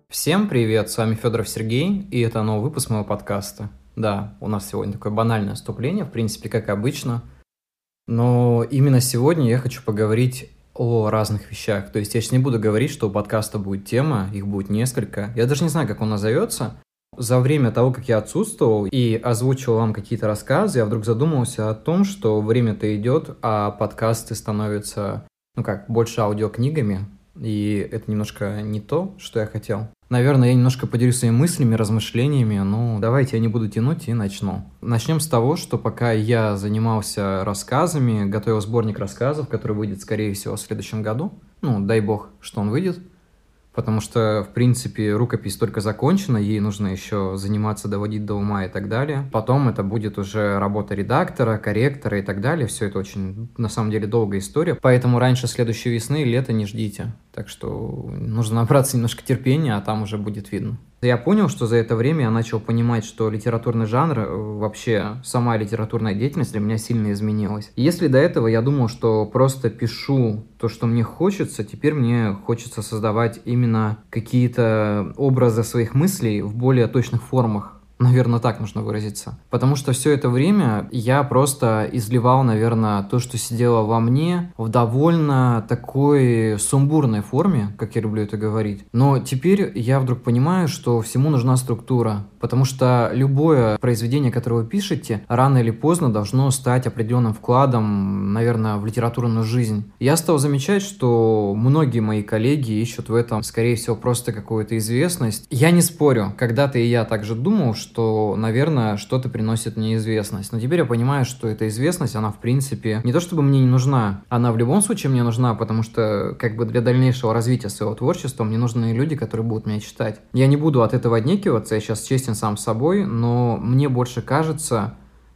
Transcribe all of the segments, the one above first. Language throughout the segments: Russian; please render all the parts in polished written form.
Всем привет, с вами Федоров Сергей, и это новый выпуск моего подкаста. Да, у нас сегодня такое банальное вступление, в принципе, как обычно, но именно сегодня я хочу поговорить о разных вещах. То есть я сейчас не буду говорить, что у подкаста будет тема, их будет несколько. Я даже не знаю, как он назовется. За время того, как я отсутствовал и озвучивал вам какие-то рассказы, я вдруг задумался о том, что время-то идет, а подкасты становятся, больше аудиокнигами, и это немножко не то, что я хотел. Наверное, я немножко поделюсь своими мыслями, размышлениями, давайте я не буду тянуть и начну. Начнем с того, что пока я занимался рассказами, готовил сборник рассказов, который выйдет, скорее всего, в следующем году, дай бог, что он выйдет, потому что, в принципе, рукопись только закончена, ей нужно еще заниматься, доводить до ума и так далее. Потом это будет уже работа редактора, корректора и так далее. Все это очень, на самом деле, долгая история. Поэтому раньше следующей весны и лета не ждите. Так что нужно набраться немножко терпения, а там уже будет видно. Я понял, что за это время я начал понимать, что литературный жанр, вообще сама литературная деятельность для меня сильно изменилась. Если до этого я думал, что просто пишу то, что мне хочется, теперь мне хочется создавать именно какие-то образы своих мыслей в более точных формах. Наверное, так нужно выразиться. Потому что все это время я просто изливал, наверное, то, что сидело во мне, в довольно такой сумбурной форме, как я люблю это говорить. Но теперь я вдруг понимаю, что всему нужна структура. Потому что любое произведение, которое вы пишете, рано или поздно должно стать определенным вкладом, наверное, в литературную жизнь. Я стал замечать, что многие мои коллеги ищут в этом, скорее всего, просто какую-то известность. Я не спорю, когда-то и я также думал, что, наверное, что-то приносит мне известность. Но теперь я понимаю, что эта известность, она, в принципе, не то чтобы мне не нужна, она в любом случае мне нужна, потому что, для дальнейшего развития своего творчества мне нужны люди, которые будут меня читать. Я не буду от этого отнекиваться, я сейчас честен сам с собой, но мне больше кажется,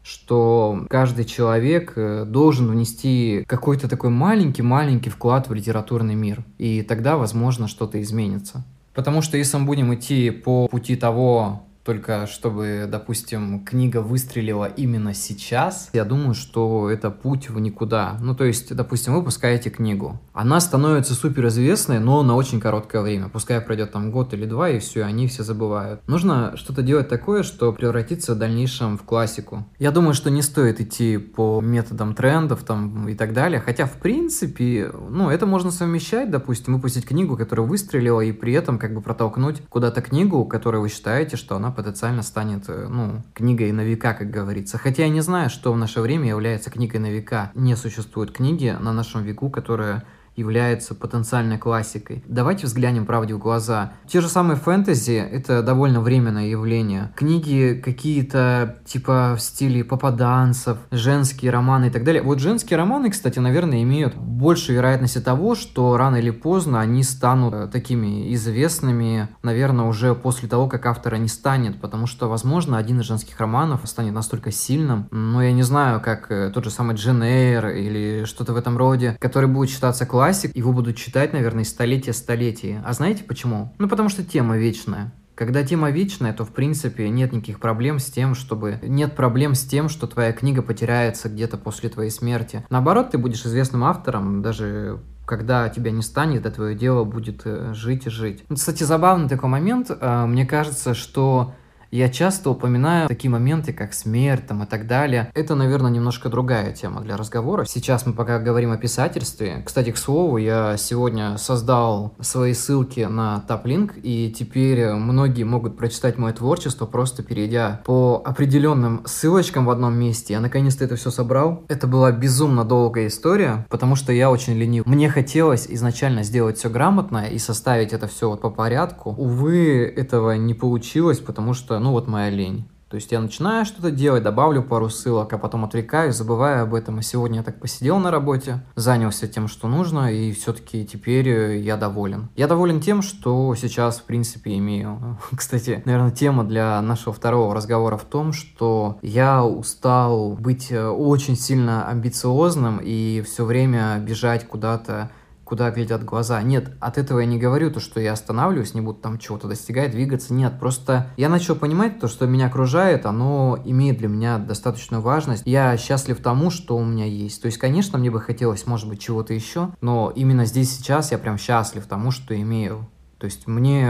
что каждый человек должен внести какой-то такой маленький-маленький вклад в литературный мир, и тогда, возможно, что-то изменится. Потому что если мы будем идти по пути того, только чтобы, допустим, книга выстрелила именно сейчас, я думаю, что это путь в никуда. То есть, допустим, вы выпускаете книгу. Она становится суперизвестной, но на очень короткое время. Пускай пройдет год или два, и все, они все забывают. Нужно что-то делать такое, что превратится в дальнейшем в классику. Я думаю, что не стоит идти по методам трендов и так далее. Хотя, в принципе, это можно совмещать, допустим, выпустить книгу, которая выстрелила, и при этом протолкнуть куда-то книгу, которую вы считаете, что она потенциально станет, книгой на века, как говорится. Хотя я не знаю, что в наше время является книгой на века. Не существует книги на нашем веку, которая является потенциальной классикой. Давайте взглянем правде в глаза. Те же самые фэнтези — это довольно временное явление. Книги какие-то в стиле попаданцев, женские романы и так далее. Вот женские романы, кстати, наверное, имеют больше вероятности того, что рано или поздно они станут такими известными, наверное, уже после того, как автора не станет, потому что, возможно, один из женских романов станет настолько сильным, я не знаю, как тот же самый Джейн Эйр или что-то в этом роде, который будет считаться классикой, его будут читать, наверное, столетия. А знаете почему? Потому что тема вечная. Когда тема вечная, то, в принципе, нет никаких проблем с тем, Нет проблем с тем, что твоя книга потеряется где-то после твоей смерти. Наоборот, ты будешь известным автором, даже когда тебя не станет, твое дело будет жить и жить. Кстати, забавный такой момент. Мне кажется, что я часто упоминаю такие моменты, как смерть и так далее. Это, наверное, немножко другая тема для разговора. Сейчас мы пока говорим о писательстве. Кстати, к слову, я сегодня создал свои ссылки на Таплинк, и теперь многие могут прочитать мое творчество, просто перейдя по определенным ссылочкам в одном месте. Я наконец-то это все собрал. Это была безумно долгая история, потому что я очень ленив. Мне хотелось изначально сделать все грамотно и составить это все по порядку. Увы, этого не получилось, потому что моя лень. То есть я начинаю что-то делать, добавлю пару ссылок, а потом отвлекаюсь, забываю об этом. И сегодня я так посидел на работе, занялся тем, что нужно, и все-таки теперь я доволен. Я доволен тем, что сейчас, в принципе, имею. Кстати, наверное, тема для нашего второго разговора в том, что я устал быть очень сильно амбициозным и все время бежать куда-то, куда глядят глаза. Нет, от этого я не говорю то, что я останавливаюсь, не буду чего-то достигать, двигаться. Нет, просто я начал понимать то, что меня окружает, оно имеет для меня достаточную важность. Я счастлив тому, что у меня есть. То есть, конечно, мне бы хотелось, может быть, чего-то еще, но именно здесь сейчас я прям счастлив тому, что имею. То есть мне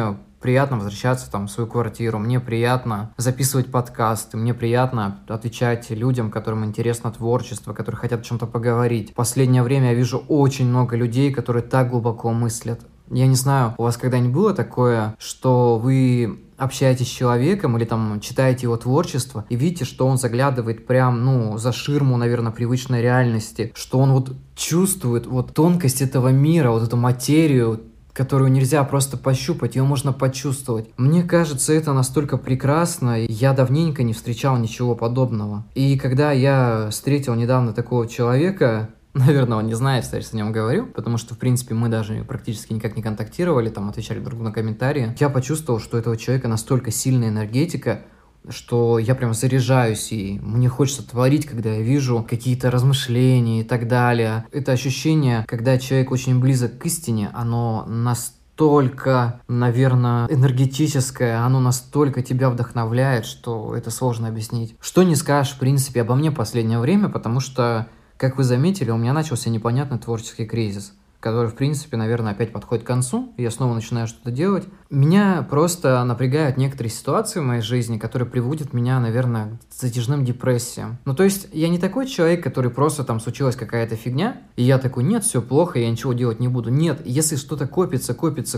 приятно возвращаться там в свою квартиру, мне приятно записывать подкасты, мне приятно отвечать людям, которым интересно творчество, которые хотят о чем-то поговорить. В последнее время я вижу очень много людей, которые так глубоко мыслят. Я не знаю, у вас когда-нибудь было такое, что вы общаетесь с человеком или там читаете его творчество и видите, что он заглядывает прям, за ширму, наверное, привычной реальности, что он вот чувствует вот тонкость этого мира, вот эту материю, которую нельзя просто пощупать, ее можно почувствовать. Мне кажется, это настолько прекрасно, я давненько не встречал ничего подобного. И когда я встретил недавно такого человека, наверное, он не знает, что я о нем говорю, потому что, в принципе, мы даже практически никак не контактировали, там, отвечали друг другу на комментарии. Я почувствовал, что у этого человека настолько сильная энергетика, что я прям заряжаюсь, и мне хочется творить, когда я вижу какие-то размышления и так далее. Это ощущение, когда человек очень близок к истине, оно настолько, наверное, энергетическое, оно настолько тебя вдохновляет, что это сложно объяснить. Что не скажешь, в принципе, обо мне в последнее время, потому что, как вы заметили, у меня начался непонятный творческий кризис, который, в принципе, наверное, опять подходит к концу, и я снова начинаю что-то делать. Меня просто напрягают некоторые ситуации в моей жизни, которые приводят меня, наверное, к затяжным депрессиям. То есть, я не такой человек, который просто там случилась какая-то фигня, и я такой, нет, все плохо, я ничего делать не буду. Нет, если что-то копится,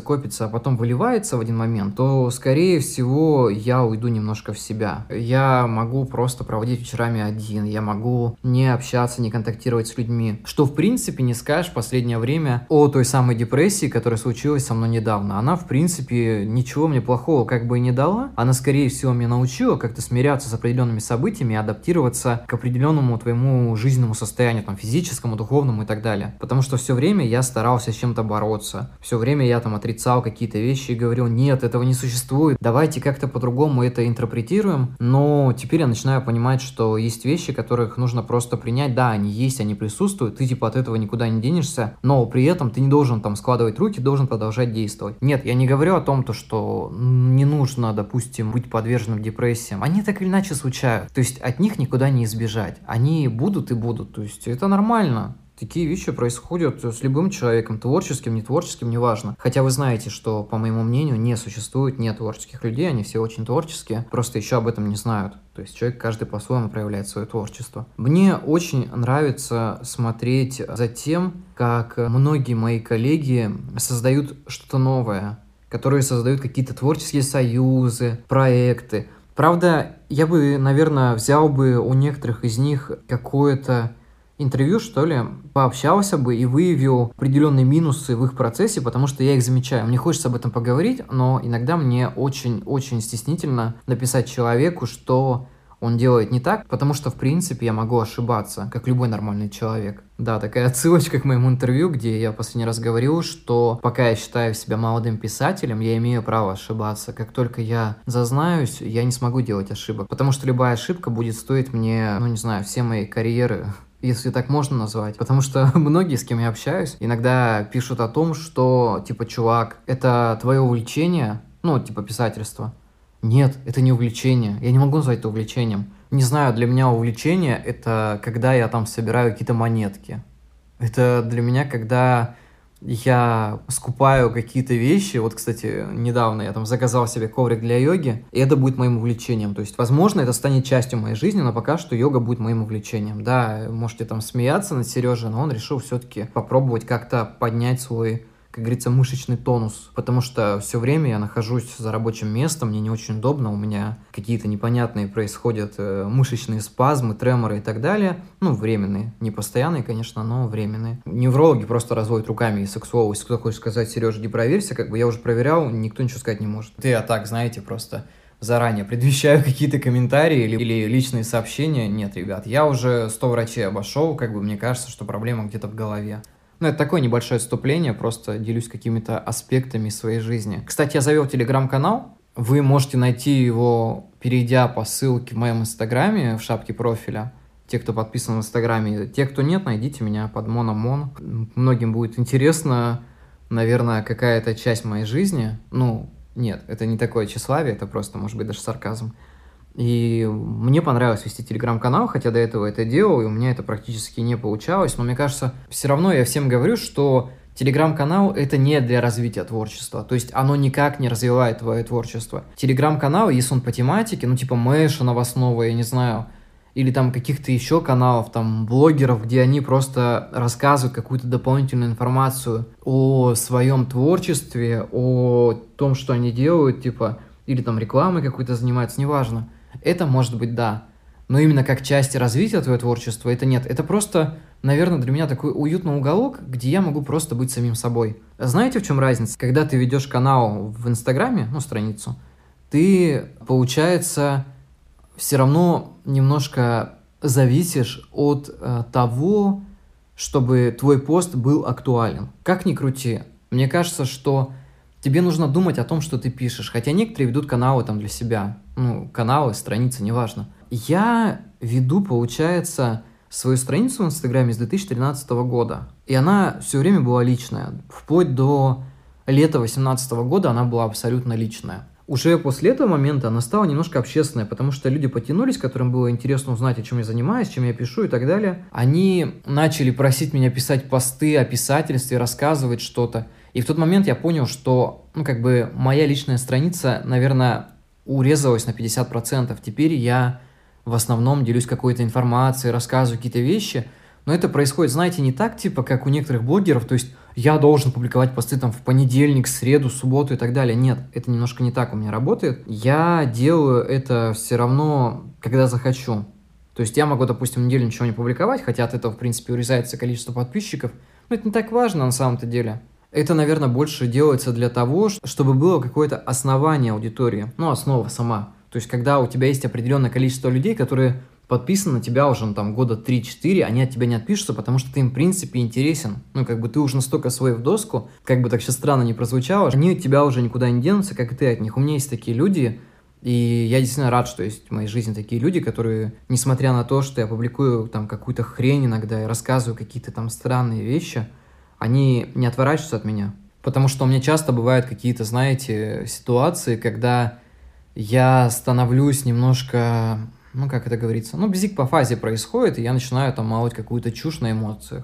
а потом выливается в один момент, то, скорее всего, я уйду немножко в себя. Я могу просто проводить вечерами один, я могу не общаться, не контактировать с людьми. Что, в принципе, не скажешь в последнее время о той самой депрессии, которая случилась со мной недавно. Она, в принципе, ничего мне плохого как бы и не дала. Она, скорее всего, меня научила как-то смиряться с определенными событиями и адаптироваться к определенному твоему жизненному состоянию, там, физическому, духовному и так далее. Потому что все время я старался с чем-то бороться. Все время я там отрицал какие-то вещи и говорил, нет, этого не существует, давайте как-то по-другому это интерпретируем. Но теперь я начинаю понимать, что есть вещи, которых нужно просто принять. Да, они есть, они присутствуют, ты типа от этого никуда не денешься, но при этом ты не должен там складывать руки, должен продолжать действовать. Нет, я не говорю о том, что не нужно, допустим, быть подверженным депрессиям. Они так или иначе случаются. То есть от них никуда не избежать. Они будут и будут. То есть это нормально. Такие вещи происходят с любым человеком, творческим, нетворческим, неважно. Хотя вы знаете, что, по моему мнению, не существует нетворческих людей, они все очень творческие, просто еще об этом не знают. То есть человек каждый по-своему проявляет свое творчество. Мне очень нравится смотреть за тем, как многие мои коллеги создают что-то новое, которые создают какие-то творческие союзы, проекты. Правда, я бы, наверное, взял бы у некоторых из них какое-то интервью, что ли, пообщался бы и выявил определенные минусы в их процессе, потому что я их замечаю. Мне хочется об этом поговорить, но иногда мне очень-очень стеснительно написать человеку, что он делает не так, потому что, в принципе, я могу ошибаться, как любой нормальный человек. Да, такая отсылочка к моему интервью, где я последний раз говорил, что пока я считаю себя молодым писателем, я имею право ошибаться. Как только я зазнаюсь, я не смогу делать ошибок, потому что любая ошибка будет стоить мне, всей моей карьеры, если так можно назвать. Потому что многие, с кем я общаюсь, иногда пишут о том, что, чувак, это твое увлечение, писательство. Нет, это не увлечение. Я не могу назвать это увлечением. Не знаю, для меня увлечение – это когда я там собираю какие-то монетки. Это для меня, когда я скупаю какие-то вещи. Вот, кстати, недавно я там заказал себе коврик для йоги, и это будет моим увлечением. То есть, возможно, это станет частью моей жизни, но пока что йога будет моим увлечением. Да, можете там смеяться над Сережей, но он решил все-таки попробовать как-то поднять свой, как говорится, мышечный тонус, потому что все время я нахожусь за рабочим местом, мне не очень удобно, у меня какие-то непонятные происходят мышечные спазмы, треморы и так далее, временные, не постоянные, конечно, но временные. Неврологи просто разводят руками, и сексуологи, если кто хочет сказать, Сережа, не проверься, я уже проверял, никто ничего сказать не может. Я так, знаете, просто заранее предвещаю какие-то комментарии или личные сообщения. Нет, ребят, я уже 100 врачей обошел, мне кажется, что проблема где-то в голове. Это такое небольшое отступление, просто делюсь какими-то аспектами своей жизни. Кстати, я завел телеграм-канал, вы можете найти его, перейдя по ссылке в моем инстаграме, в шапке профиля. Те, кто подписан в инстаграме, те, кто нет, найдите меня под Мономон. Многим будет интересно, наверное, какая-то часть моей жизни. Нет, это не такое тщеславие, это просто, может быть, даже сарказм. И мне понравилось вести телеграм-канал, хотя до этого это делал, и у меня это практически не получалось. Но мне кажется, все равно я всем говорю, что Телеграм-канал — это не для развития творчества, то есть оно никак не развивает твое творчество. Телеграм-канал, если он по тематике, ну типа Мэша новостного, я не знаю, или там каких-то еще каналов, там блогеров, где они просто рассказывают какую-то дополнительную информацию о своем творчестве, о том, что они делают, типа, или там рекламой какой-то занимаются, неважно. Это может быть да, но именно как часть развития твоего творчества это нет. Это просто, наверное, для меня такой уютный уголок, где я могу просто быть самим собой. Знаете, в чем разница? Когда ты ведешь канал в Инстаграме, ну, страницу, ты, получается, все равно немножко зависишь от того, чтобы твой пост был актуален. Как ни крути, мне кажется, что тебе нужно думать о том, что ты пишешь. Хотя некоторые ведут каналы там для себя. Ну, каналы, страницы, неважно. Я веду, получается, свою страницу в Инстаграме с 2013 года. И она все время была личная. Вплоть до лета 2018 года она была абсолютно личная. Уже после этого момента она стала немножко общественной, потому что люди потянулись, которым было интересно узнать, о чем я занимаюсь, чем я пишу и так далее. Они начали просить меня писать посты о писательстве, рассказывать что-то. И в тот момент я понял, что, моя личная страница, наверное, урезалась на 50%. Теперь я в основном делюсь какой-то информацией, рассказываю какие-то вещи. Но это происходит, знаете, не так, как у некоторых блогеров, то есть я должен публиковать посты там в понедельник, среду, субботу и так далее. Нет, это немножко не так у меня работает. Я делаю это все равно, когда захочу. То есть я могу, допустим, неделю ничего не публиковать, хотя от этого, в принципе, урезается количество подписчиков. Но это не так важно на самом-то деле. Это, наверное, больше делается для того, чтобы было какое-то основание аудитории. Ну, основа сама. То есть когда у тебя есть определенное количество людей, которые подписаны на тебя уже года 3-4, они от тебя не отпишутся, потому что ты им, в принципе, интересен. Ты уже настолько свой в доску, как бы так сейчас странно не прозвучало, они от тебя уже никуда не денутся, как и ты от них. У меня есть такие люди, и я действительно рад, что есть в моей жизни такие люди, которые, несмотря на то, что я публикую какую-то хрень иногда и рассказываю какие-то странные вещи, они не отворачиваются от меня. Потому что у меня часто бывают какие-то, знаете, ситуации, когда я становлюсь немножко... как это говорится, бзик по фазе происходит, и я начинаю молоть какую-то чушь на эмоциях.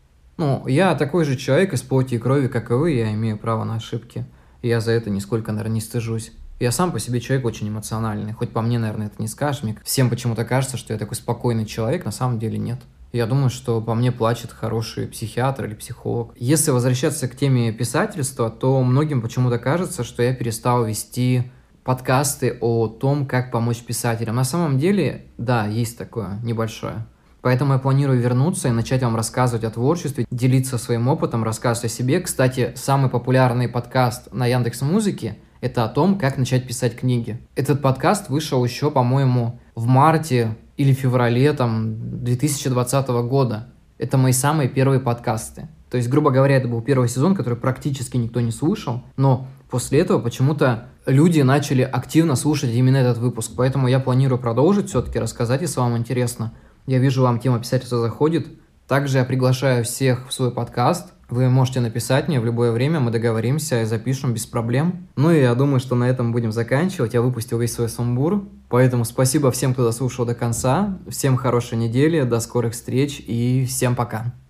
Я такой же человек из плоти и крови, как и вы, я имею право на ошибки. И я за это нисколько, наверное, не стыжусь. Я сам по себе человек очень эмоциональный, хоть по мне, наверное, это не скажешь. Мне всем почему-то кажется, что я такой спокойный человек, на самом деле нет. Я думаю, что по мне плачет хороший психиатр или психолог. Если возвращаться к теме писательства, то многим почему-то кажется, что я перестал вести подкасты о том, как помочь писателям. На самом деле, да, есть такое небольшое. Поэтому я планирую вернуться и начать вам рассказывать о творчестве, делиться своим опытом, рассказывать о себе. Кстати, самый популярный подкаст на Яндекс.Музыке – это о том, как начать писать книги. Этот подкаст вышел еще, по-моему, в марте или феврале 2020 года. Это мои самые первые подкасты. То есть, грубо говоря, это был первый сезон, который практически никто не слушал, но после этого почему-то люди начали активно слушать именно этот выпуск, поэтому я планирую продолжить все-таки рассказать, если вам интересно. Я вижу, вам тема писательства заходит. Также я приглашаю всех в свой подкаст. Вы можете написать мне в любое время, мы договоримся и запишем без проблем. И я думаю, что на этом будем заканчивать. Я выпустил весь свой сумбур, поэтому спасибо всем, кто дослушал до конца. Всем хорошей недели, до скорых встреч и всем пока.